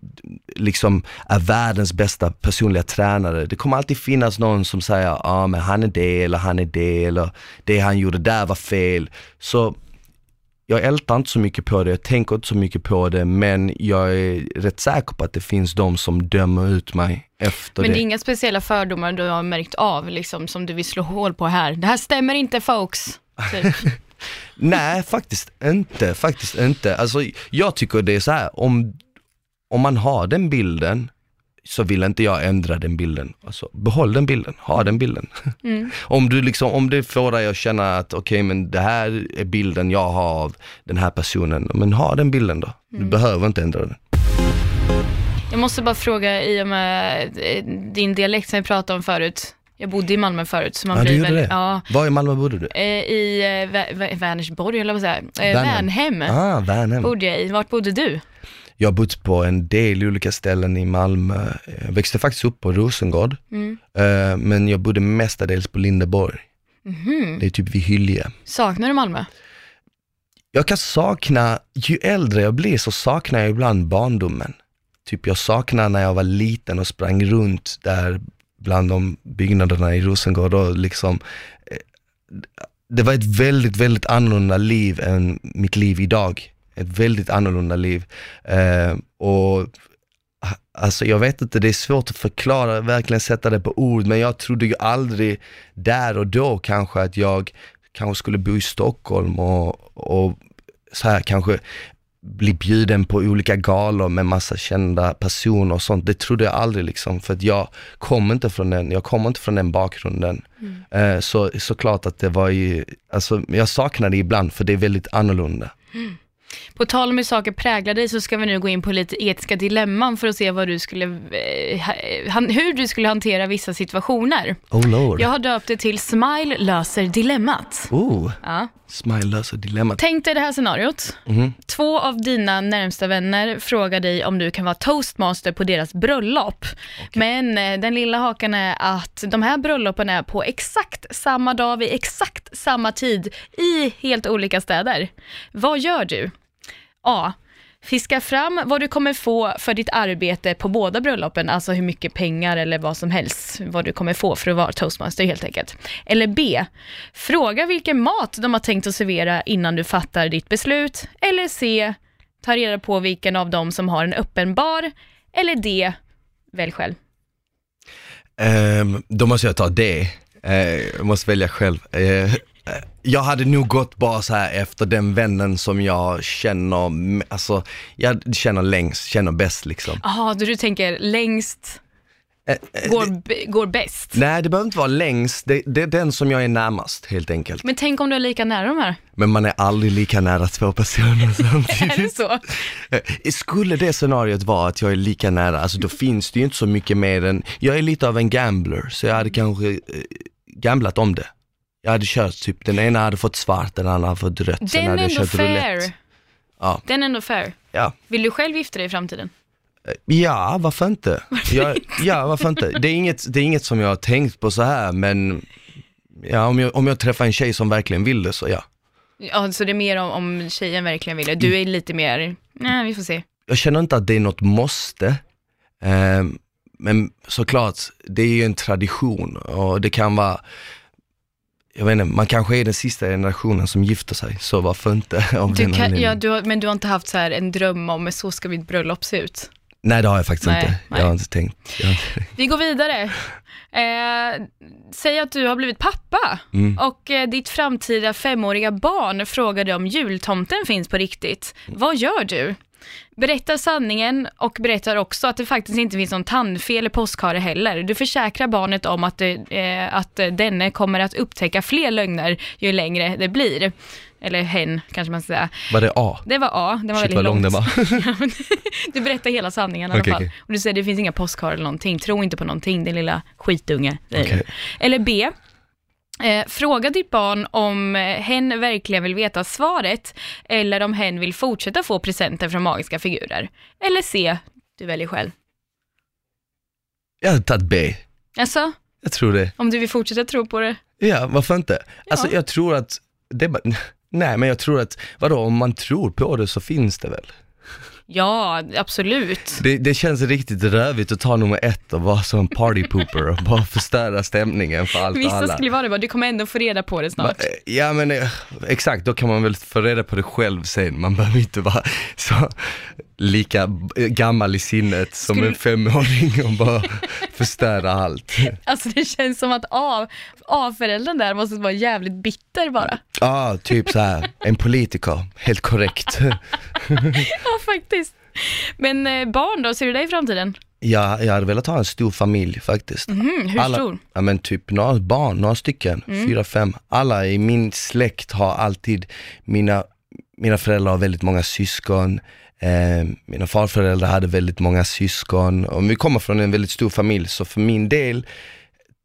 Speaker 1: är världens bästa personliga tränare. Det kommer alltid finnas någon som säger men han är det eller det han gjorde där var fel. Så jag ältar inte så mycket på det, jag tänker inte så mycket på det, men jag är rätt säker på att det finns de som dömer ut mig efter det.
Speaker 2: Men det är inga speciella fördomar du har märkt av liksom, som du vill slå hål på här? Det här stämmer inte, folks. Typ.
Speaker 1: Nej, faktiskt inte. Alltså, jag tycker det är så här, om man har den bilden så vill inte jag ändra den bilden. Alltså, behåll den bilden, ha den bilden. Om det får dig att känna att okej, men det här är bilden jag har av den här personen, men ha den bilden då. Du behöver inte ändra den.
Speaker 2: Jag måste bara fråga, i och med din dialekt som vi pratade om förut, Jag bodde i Malmö förut. Så man
Speaker 1: Ja,
Speaker 2: blir
Speaker 1: du gjorde
Speaker 2: väl,
Speaker 1: det?
Speaker 2: ja,
Speaker 1: Var i Malmö bodde du?
Speaker 2: i Vänersborg, eller vad säger Värnhem.
Speaker 1: Värnhem.
Speaker 2: Bodde jag i. Vart bodde du?
Speaker 1: Jag har bott på en del olika ställen i Malmö. Jag växte faktiskt upp på Rosengård. Men jag bodde mestadels på Lindeborg. Det är typ vid Hylje.
Speaker 2: Saknar du Malmö?
Speaker 1: Jag kan sakna, ju äldre jag blir så saknar jag ibland barndomen. Typ jag saknar när jag var liten och sprang runt där bland de byggnaderna i Rosengård och liksom, det var ett väldigt, väldigt annorlunda liv än mitt liv idag. Ett väldigt annorlunda liv. Och alltså jag vet inte, det är svårt att förklara, verkligen sätta det på ord, men jag trodde ju aldrig där och då kanske att jag kanske skulle bo i Stockholm och så här kanske bli bjuden på olika galor med massa kända personer och sånt. Det trodde jag aldrig liksom, för att jag kommer inte från den bakgrunden. Så klart att det var ju, alltså jag saknar det ibland för det är väldigt annorlunda.
Speaker 2: På tal om hur saker präglar dig så ska vi nu gå in på lite etiska dilemman för att se vad du skulle, hur du skulle hantera vissa situationer.
Speaker 1: Oh lord.
Speaker 2: Jag har döpt det till Smile löser dilemmat. Ja.
Speaker 1: Smile löser dilemmat.
Speaker 2: Tänk dig det här scenariot. 2 av dina närmsta vänner frågar dig om du kan vara toastmaster på deras bröllop. Men den lilla hakan är att de här bröllopen är på exakt samma dag vid exakt samma tid i helt olika städer. Vad gör du? A. Fiska fram vad du kommer få för ditt arbete på båda bröllopen, alltså hur mycket pengar eller vad som helst, vad du kommer få för att vara toastmaster helt enkelt. Eller B. Fråga vilken mat de har tänkt att servera innan du fattar ditt beslut. Eller C. Ta reda på vilken av dem som har en öppen bar. Eller D. Välj själv.
Speaker 1: Då måste jag ta det. Jag måste välja själv. Jag hade nog gått bara så här efter den vännen som jag känner, alltså jag känner bäst liksom.
Speaker 2: Jaha, du tänker längst går bäst.
Speaker 1: Nej, det behöver inte vara längst. Det är den som jag är närmast helt enkelt.
Speaker 2: Men tänk om du är lika nära de här.
Speaker 1: Men man är aldrig lika nära 2 personer samtidigt.
Speaker 2: Är det så?
Speaker 1: Skulle det scenariot vara att jag är lika nära, alltså då finns det ju inte så mycket mer än, jag är lite av en gambler, så jag hade kanske gamblat om det. Jag hade kört typ, den ena hade fått svart, den andra hade fått rött.
Speaker 2: Den är ändå fair.
Speaker 1: Ja.
Speaker 2: Den är ändå fair.
Speaker 1: Ja.
Speaker 2: Vill du själv gifta dig i framtiden?
Speaker 1: Ja, varför inte? Varför inte? Det är inget som jag har tänkt på så här, men ja, om jag träffar en tjej som verkligen vill det, så ja.
Speaker 2: Ja, så det är mer om tjejen verkligen vill det. Du är lite mer, nej, vi får se.
Speaker 1: Jag känner inte att det är något måste. Men såklart, det är ju en tradition och det kan vara, jag vet inte, man kanske är den sista generationen som gifter sig, så varför inte?
Speaker 2: Men du har inte haft så här en dröm om så ska mitt bröllop se ut?
Speaker 1: Nej, det har jag faktiskt inte. Jag har inte tänkt.
Speaker 2: Vi går vidare. Säg att du har blivit pappa och ditt framtida 5-åriga barn frågar dig om jultomten finns på riktigt. Vad gör du? Berättar sanningen och berättar också att det faktiskt inte finns någon tandfel eller påskhare heller. Du försäkrar barnet om att denne kommer att upptäcka fler lögner ju längre det blir. Eller hen, kanske man ska säga.
Speaker 1: Var det A?
Speaker 2: Det var A, det var väldigt
Speaker 1: långt.
Speaker 2: Det var. Du berättar hela sanningen i alla fall. Okay. Och du säger det finns inga påskhare eller någonting. Tro inte på någonting, din lilla skitunge. Okay. Eller B. Fråga ditt barn om hen verkligen vill veta svaret eller om hen vill fortsätta få presenter från magiska figurer. Eller C, du väljer själv.
Speaker 1: Jag hade tagit B.
Speaker 2: Alltså?
Speaker 1: Jag tror det.
Speaker 2: Om du vill fortsätta tro på det?
Speaker 1: Ja, varför inte? Ja. Alltså jag tror att nej, men jag tror att om man tror på det så finns det väl.
Speaker 2: Ja, absolut.
Speaker 1: Det känns riktigt rövigt att ta nummer 1 och vara som party pooper och bara förstöra stämningen för allt och alla.
Speaker 2: Vissa skulle vara det bara, du kommer ändå få reda på det snart.
Speaker 1: Ja, men exakt, då kan man väl få reda på det själv sen. Man behöver inte vara så lika gammal i sinnet som en 5-åring och bara förstöra allt.
Speaker 2: Alltså det känns som att A-föräldern där måste vara jävligt bitter bara.
Speaker 1: Ja, typ så här, en politiker, helt korrekt.
Speaker 2: Ja, faktiskt. Men barn då, ser du dig i framtiden?
Speaker 1: Ja, jag hade velat ha en stor familj faktiskt.
Speaker 2: Hur stor?
Speaker 1: Ja, men typ några stycken, 4-5. Alla i min släkt har alltid, mina föräldrar har väldigt många syskon. Mina farföräldrar hade väldigt många syskon och vi kommer från en väldigt stor familj, så för min del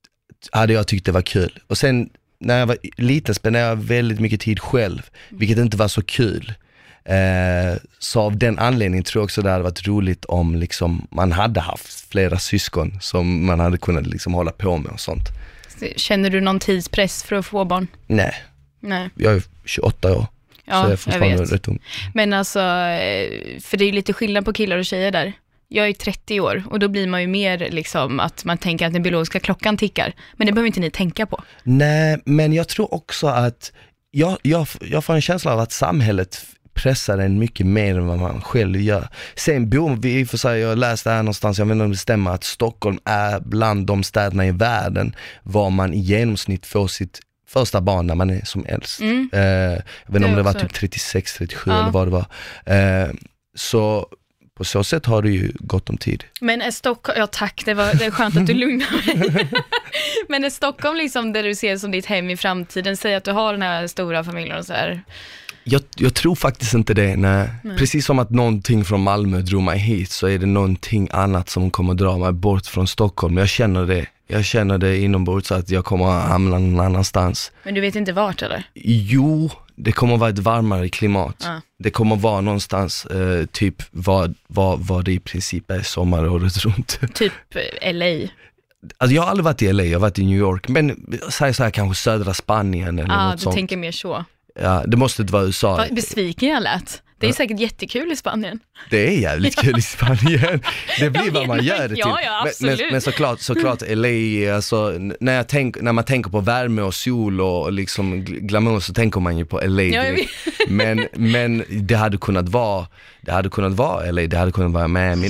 Speaker 1: hade jag tyckt det var kul. Och sen när jag var liten spenderade jag väldigt mycket tid själv, vilket inte var så kul. Så av den anledningen tror jag också det hade varit roligt om liksom, man hade haft flera syskon som man hade kunnat liksom hålla på med och sånt.
Speaker 2: Känner du någon tidspress för att få barn?
Speaker 1: Nej. Jag är 28 år.
Speaker 2: Ja,
Speaker 1: så jag är fortfarande rätt ung.
Speaker 2: Men alltså, för det är ju lite skillnad på killar och tjejer där. Jag är 30 år och då blir man ju mer liksom att man tänker att den biologiska klockan tickar. Men det behöver inte ni tänka på.
Speaker 1: Nej, men jag tror också att jag får en känsla av att samhället pressar en mycket mer än vad man själv gör. Sen bor vi, för sig, jag läste här någonstans, jag vet inte om det stämmer, att Stockholm är bland de städerna i världen var man i genomsnitt får sitt första barn när man är som äldst. Jag vet inte om det var typ 36, 37 eller vad det var. Så på så sätt har du ju gott om tid.
Speaker 2: Men är Stockholm, ja tack, det är skönt att du lugnar mig. Men är Stockholm liksom där du ser som ditt hem i framtiden? Säg att du har den här stora familjen och så här.
Speaker 1: Jag tror faktiskt inte det. Nej. Precis som att någonting från Malmö drog mig hit, så är det någonting annat som kommer dra mig bort från Stockholm. Jag känner det. Jag känner det inombords att jag kommer att hamna någon annanstans.
Speaker 2: Men du vet inte vart eller?
Speaker 1: Jo, det kommer att vara ett varmare klimat. Det kommer att vara någonstans typ vad det i princip är sommaråret runt.
Speaker 2: Typ LA.
Speaker 1: Alltså jag har aldrig varit i LA, jag har varit i New York. Men säg så här, kanske södra Spanien eller något sånt.
Speaker 2: Du tänker mer så.
Speaker 1: Ja, det måste inte vara USA.
Speaker 2: Vad besviken jag lät. Det är säkert jättekul i Spanien.
Speaker 1: Det är jävligt kul i Spanien. Det blir vad man gör det till.
Speaker 2: Ja, absolut.
Speaker 1: Men såklart LA, alltså, när man tänker på värme och sol och liksom glamour, så tänker man ju på LA. Men det hade kunnat vara LA, det hade kunnat vara Miami.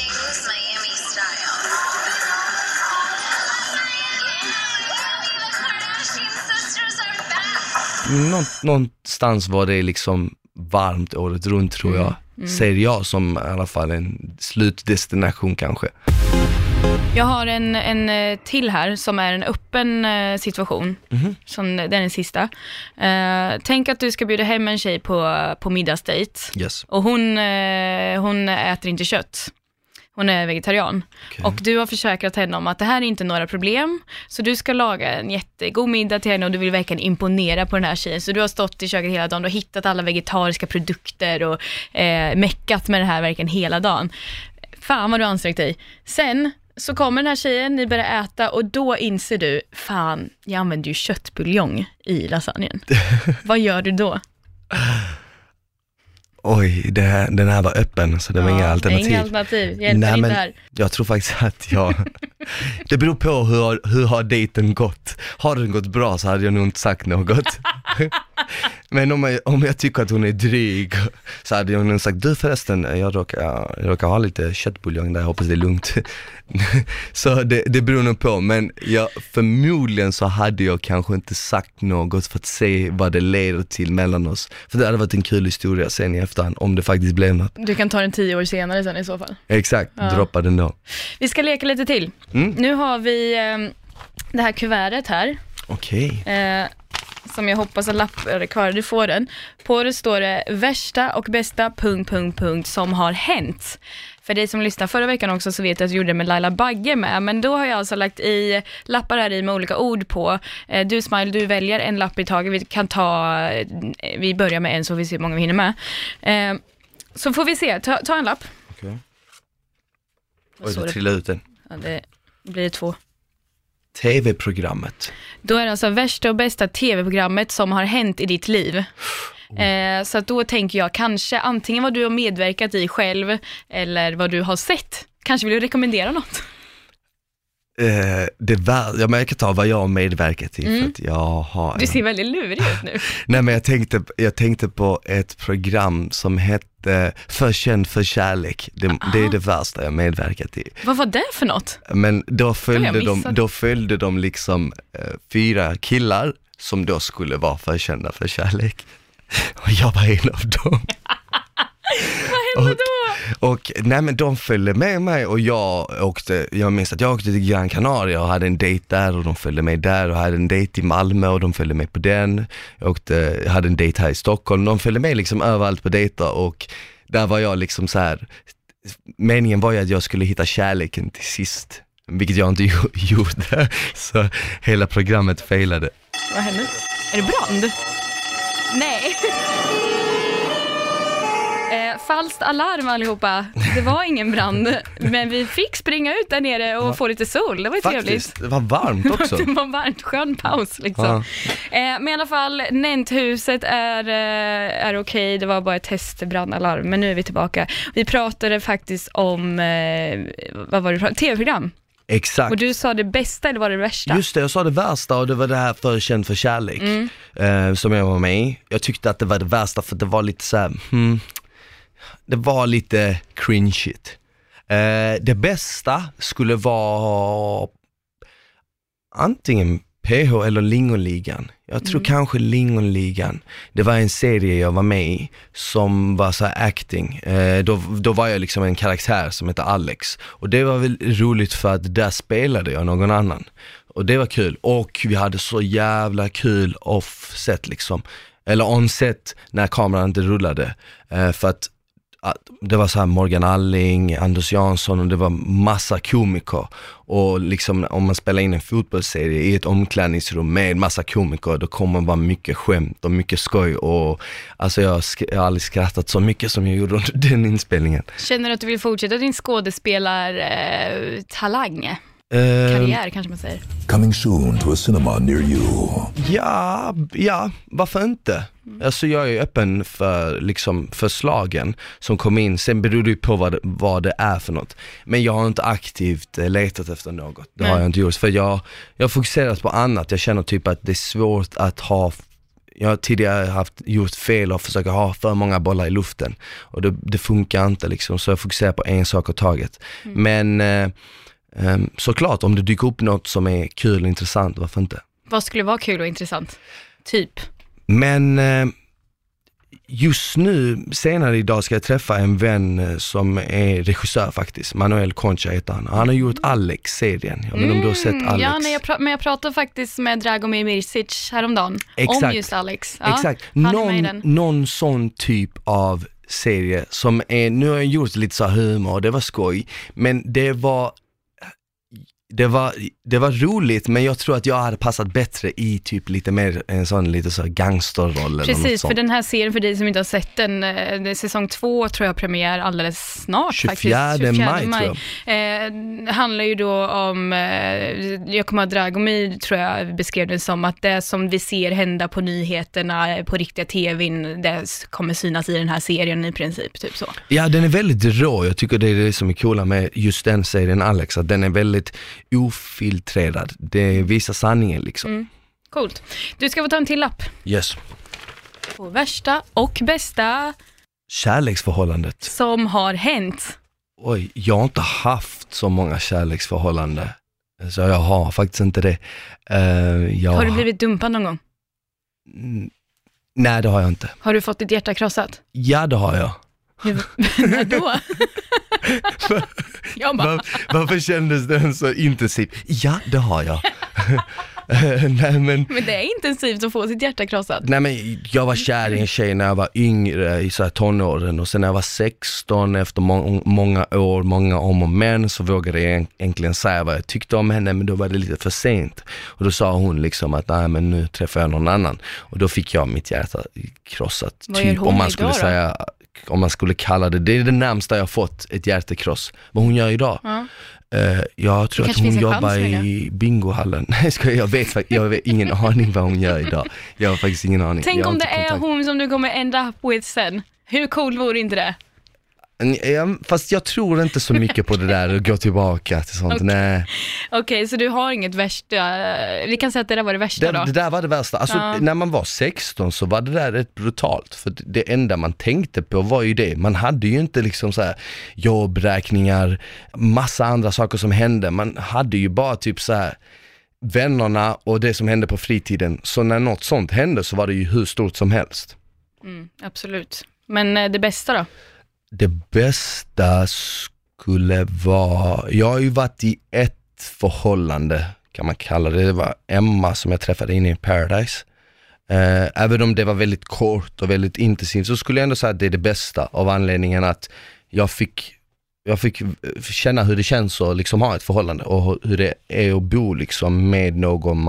Speaker 1: Någonstans var det liksom varmt året runt, tror jag. Ser jag som i alla fall en slutdestination kanske.
Speaker 2: Jag har en till här som är en öppen situation. Som den är sista. Tänk att du ska bjuda hem en tjej på middagsdejt.
Speaker 1: Yes.
Speaker 2: Och hon äter inte kött. Hon är vegetarian. Okay. Och du har försäkrat henne om att det här är inte några problem. Så du ska laga en jättegod middag till henne och du vill verkligen imponera på den här tjejen. Så du har stått i köket hela dagen och hittat alla vegetariska produkter och meckat med det här verkligen hela dagen. Fan vad du ansträngt dig. Sen så kommer den här tjejen, ni börjar äta och då inser du, fan, jag använder ju köttbuljong i lasagnen. Vad gör du då?
Speaker 1: Oj, den här var öppen, så det var inga alternativ.
Speaker 2: Inga alternativ, hjälper inte här. Jag
Speaker 1: tror faktiskt att det beror på hur har dejten gått. Har den gått bra så hade jag nog inte sagt något. Men om jag tycker att hon är dryg så hade jag nog sagt, du förresten, jag råkar ha lite köttbuljong där, jag hoppas det är lugnt. Så det beror nog på, men förmodligen så hade jag kanske inte sagt något för att se vad det leder till mellan oss. För det hade varit en kul historia sen i efterhand, om det faktiskt blev något.
Speaker 2: Du kan ta den 10 år senare sen i så fall.
Speaker 1: Exakt, droppa den då.
Speaker 2: Vi ska leka lite till. Nu har vi det här kuvertet här.
Speaker 1: Okej.
Speaker 2: Som jag hoppas att lappar kvar, du får den. På det står det värsta och bästa ... som har hänt. För dig som lyssnar förra veckan också så vet jag att jag gjorde det med Laila Bagge med. Men då har jag alltså lagt i lappar här i med olika ord på. Du Smile, du väljer en lapp i taget. Vi börjar med en så vi ser hur många vi hinner med. Så får vi se, ta en lapp.
Speaker 1: Okej. Oj, det trillar ut den.
Speaker 2: Ja, det blir 2.
Speaker 1: TV-programmet.
Speaker 2: Då är det alltså värsta och bästa TV-programmet som har hänt i ditt liv. Så att då tänker jag kanske antingen vad du har medverkat i själv eller vad du har sett. Kanske vill du rekommendera något?
Speaker 1: Jag kan ta vad jag har medverkat i för att jag har...
Speaker 2: Du ser väldigt lurig ut nu.
Speaker 1: Nej, men jag tänkte på ett program som hette För känd för kärlek. Det är det värsta jag medverkat i.
Speaker 2: Vad var det för något?
Speaker 1: Men då följde de liksom 4 killar som då skulle vara förkända för kärlek. Och jag var en av dem.
Speaker 2: Vad hände då?
Speaker 1: Och nej, men de följde med mig och jag minns att jag åkte till Gran Canaria och hade en dejt där och de följde med där och hade en dejt i Malmö och de följde med på den. Jag hade en dejt här i Stockholm, de följde med liksom överallt på dejter och där var jag liksom så här, meningen var ju att jag skulle hitta kärleken till sist. vilket jag inte gjorde, så hela programmet failade.
Speaker 2: Vad hände? Är det brand? Nej. Falskt alarm allihopa. Det var ingen brand, men vi fick springa ut där nere och få lite sol. Det var ju trevligt.
Speaker 1: Det var varmt också.
Speaker 2: Det var varmt, skön paus liksom. Men i alla fall, Nenthuset är okej. Det var bara ett testbrandalarm, men nu är vi tillbaka. Vi pratade faktiskt om, vad var det? TV-program.
Speaker 1: Exakt.
Speaker 2: Och du sa det bästa eller var det värsta?
Speaker 1: Just det, jag sa det värsta och det var det här för Känd för kärlek som jag var med i. Jag tyckte att det var det värsta för det var lite så här, det var lite cringeigt. Det bästa skulle vara antingen PH eller Lingonligan. Jag tror kanske Lingonligan. Det var en serie jag var med i som var så här acting. Då var jag liksom en karaktär som heter Alex. Och det var väl roligt för att där spelade jag någon annan. Och det var kul. Och vi hade så jävla kul offset liksom. Eller onset när kameran inte rullade. För att det var så här Morgan Alling, Anders Jansson och det var massa komiker. Och liksom om man spelar in en fotbollsserie i ett omklädningsrum med massa komiker, då kommer vara mycket skämt och mycket skoj. Och alltså jag har aldrig skrattat så mycket som jag gjorde under den inspelningen.
Speaker 2: Känner du att du vill fortsätta din skådespelartalang? Karriär kanske man säger.
Speaker 6: Coming soon to a cinema near you.
Speaker 1: Ja, varför inte? Alltså jag är öppen för liksom förslagen som kom in. Sen beror det ju på vad det är för något. Men jag har inte aktivt letat efter något. Det har jag inte gjort. För jag har fokuserat på annat. Jag känner typ att det är svårt att ha. Jag har tidigare gjort fel och försökt ha för många bollar i luften. Och det funkar inte liksom. Så jag fokuserar på en sak åt taget. Men såklart, om det dyker upp något som är kul och intressant, varför inte?
Speaker 2: Vad skulle vara kul och intressant? Typ?
Speaker 1: Men just nu, senare idag ska jag träffa en vän som är regissör faktiskt. Manuel Concha heter han. Han har gjort Alex-serien. Jag vet inte om du har sett Alex.
Speaker 2: Ja, men jag pratade faktiskt med Dragomir Mirsic häromdagen om just Alex. Ja,
Speaker 1: exakt. Någon sån typ av serie som är, nu har jag gjort lite så här humor och det var skoj. Men det var roligt, men jag tror att jag hade passat bättre i typ lite mer en sån lite så gangsterroll.
Speaker 2: Precis, för den här serien, för dig som inte har sett den, säsong 2 tror jag premiär alldeles snart
Speaker 1: 24
Speaker 2: faktiskt.
Speaker 1: maj tror jag.
Speaker 2: Handlar ju då om, jag kommer att Dragomir tror jag beskrev det som att det som vi ser hända på nyheterna, på riktiga tvn, det kommer synas i den här serien i princip, typ så. Ja,
Speaker 1: den är väldigt rå. Jag tycker det är det som är coola med just den serien Alex, att den är väldigt ofiltrerad. Det visar sanningen liksom.
Speaker 2: Coolt. Du ska få ta en till lapp.
Speaker 1: Yes.
Speaker 2: På värsta och bästa
Speaker 1: kärleksförhållandet
Speaker 2: som har hänt.
Speaker 1: Oj, jag har inte haft så många kärleksförhållanden. Så jag har faktiskt inte det.
Speaker 2: Har du blivit dumpad någon gång?
Speaker 1: Nej, det har jag inte.
Speaker 2: Har du fått ditt hjärta krossat?
Speaker 1: Ja, det har jag.
Speaker 2: När då?
Speaker 1: Varför kändes den så intensiv? Ja, det har jag. Nej, men
Speaker 2: det är intensivt att få sitt hjärta krossat.
Speaker 1: Nej, men jag var kär i en tjej när jag var yngre, i så här tonåren. Och sen när jag var 16, efter många år, många om och men, så vågade jag egentligen säga vad jag tyckte om henne. Men då var det lite för sent. Och då sa hon liksom att nej, men nu träffar jag någon annan. Och då fick jag mitt hjärta krossat.
Speaker 2: Vad gör hon
Speaker 1: om man skulle säga, om man skulle kalla det är det närmsta jag fått ett hjärtekross. Vad hon gör idag? Jag tror att hon jobbar i bingohallen. Jag vet ingen aning vad hon gör idag. Jag har faktiskt ingen aning.
Speaker 2: Tänk om det är hon som du kommer end up with sen. Hur cool vore inte det?
Speaker 1: Fast jag tror inte så mycket på det där och gå tillbaka till sånt.
Speaker 2: Okej, så du har inget värsta. Vi kan säga att det där var det värsta då.
Speaker 1: Det där var det värsta. Alltså när man var 16 så var det där rätt brutalt. För det enda man tänkte på var ju det. Man hade ju inte liksom så här jobbräkningar, massa andra saker som hände. Man hade ju bara typ så här vännerna och det som hände på fritiden. Så när något sånt hände så var det ju hur stort som helst.
Speaker 2: Absolut. Men det bästa då?
Speaker 1: Det bästa skulle vara, jag har ju varit i ett förhållande kan man kalla det. Det var Emma som jag träffade inne i Paradise. Även om det var väldigt kort och väldigt intensivt så skulle jag ändå säga att det är det bästa, av anledningen att jag fick jag fick känna hur det känns att liksom ha ett förhållande och hur det är att bo liksom med någon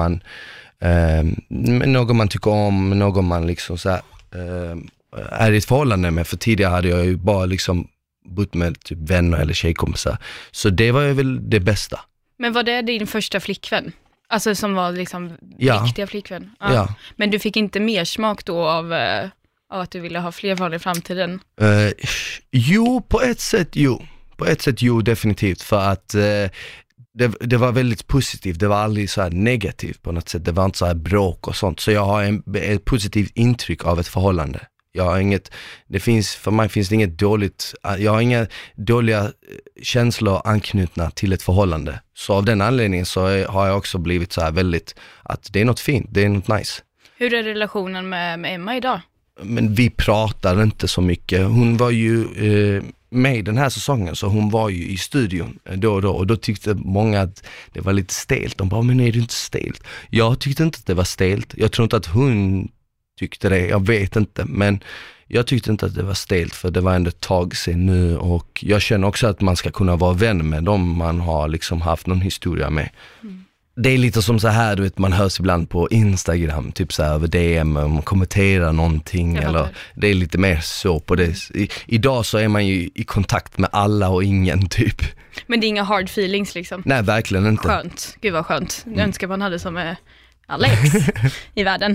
Speaker 1: man tycker om, någon man liksom så här, är i ett förhållande med. För tidigare hade jag ju bara liksom bott med typ vänner eller tjejkompisar. Så det var ju väl det bästa.
Speaker 2: Men var det din första flickvän? Alltså som var liksom riktiga flickvän?
Speaker 1: Ja.
Speaker 2: Men du fick inte mer smak då av att du ville ha fler förhållanden i framtiden?
Speaker 1: Jo, på ett sätt jo, definitivt. För att det var väldigt positivt. Det var aldrig så här negativt på något sätt. Det var inte så här bråk och sånt. Så jag har ett positivt intryck av ett förhållande. För mig finns det inget dåligt. Jag har inga dåliga känslor anknutna till ett förhållande. Så av den anledningen så har jag också blivit så här väldigt, att det är något fint, det är något nice.
Speaker 2: Hur är relationen med Emma idag?
Speaker 1: Men vi pratar inte så mycket. Hon var ju med i den här säsongen, så hon var ju i studion då och då. Och då tyckte många att det var lite stelt. De bara, men är det inte stelt? Jag tyckte inte att det var stelt. Jag tror inte att hon tyckte det. Jag vet inte. Men jag tyckte inte att det var stelt, för det var ändå ett tag sedan nu. Och jag känner också att man ska kunna vara vän med dem man har liksom haft någon historia med. Mm. Det är lite som så här, du vet, man hörs ibland på Instagram, typ så här över DM, om man kommenterar någonting, eller det är lite mer så på det. Idag så är man ju i kontakt med alla och ingen typ.
Speaker 2: Men det är inga hard feelings liksom?
Speaker 1: Nej, verkligen inte.
Speaker 2: Skönt, gud vad skönt. Jag önskar man hade som Alex i världen.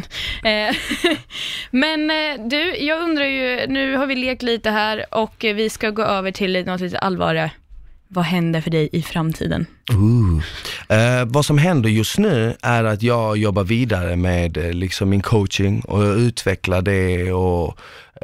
Speaker 2: Men du, jag undrar ju, nu har vi lekt lite här och vi ska gå över till något lite allvarligare. Vad händer för dig i framtiden?
Speaker 1: Vad som händer just nu är att jag jobbar vidare med liksom min coaching och utvecklar det och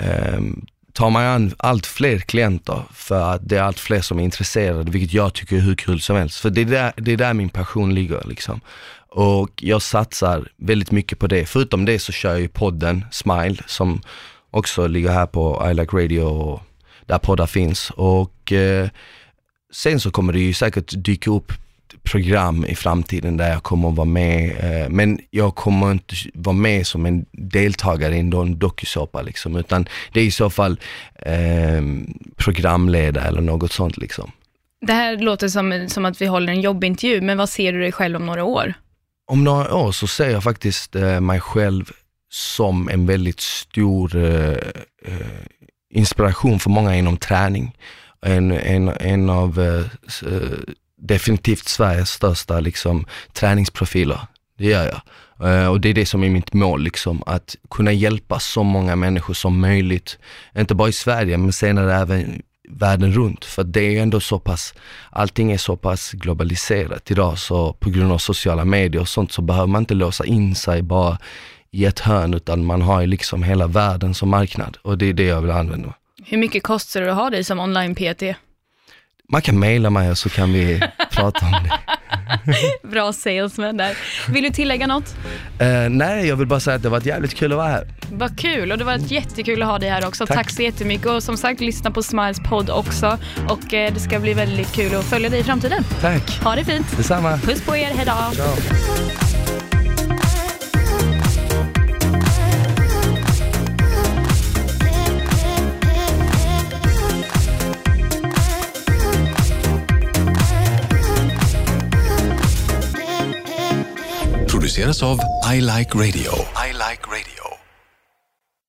Speaker 1: tar mig an allt fler klienter, för att det är allt fler som är intresserade, vilket jag tycker är hur kul som helst. För det är där min passion ligger liksom. Och jag satsar väldigt mycket på det. Förutom det så kör jag ju podden Smile, som också ligger här på I Like Radio och där poddar finns. Och sen så kommer det ju säkert dyka upp program i framtiden där jag kommer att vara med. Men jag kommer inte vara med som en deltagare i en dokusåpa liksom, utan det är i så fall programledare eller något sånt liksom.
Speaker 2: Det här låter som att vi håller en jobbintervju, men vad ser du dig själv om några år?
Speaker 1: Om några år så ser jag faktiskt mig själv som en väldigt stor inspiration för många inom träning. En av definitivt Sveriges största liksom, träningsprofiler. Det gör jag. Och det är det som är mitt mål, liksom, att kunna hjälpa så många människor som möjligt. Inte bara i Sverige, men senare även världen runt. För det är ändå så pass, allting är så pass globaliserat idag, så på grund av sociala medier och sånt så behöver man inte låsa in sig bara i ett hörn, utan man har ju liksom hela världen som marknad, och det är det jag vill använda.
Speaker 2: Hur mycket kostar det att ha dig som online-PT?
Speaker 1: Man kan mejla mig och så kan vi prata om det.
Speaker 2: Bra salesman där. Vill du tillägga något?
Speaker 1: Nej, jag vill bara säga att det var jävligt kul att vara här.
Speaker 2: Vad kul, och det var jättekul att ha dig här också. Tack så jättemycket, och som sagt, lyssna på Smiles podd också. Och det ska bli väldigt kul att följa dig i framtiden.
Speaker 1: Tack.
Speaker 2: Ha det fint.
Speaker 1: Detsamma.
Speaker 2: Puss på er, hejdå.
Speaker 1: Ciao.
Speaker 6: Produceras av I Like Radio.
Speaker 5: I Like Radio.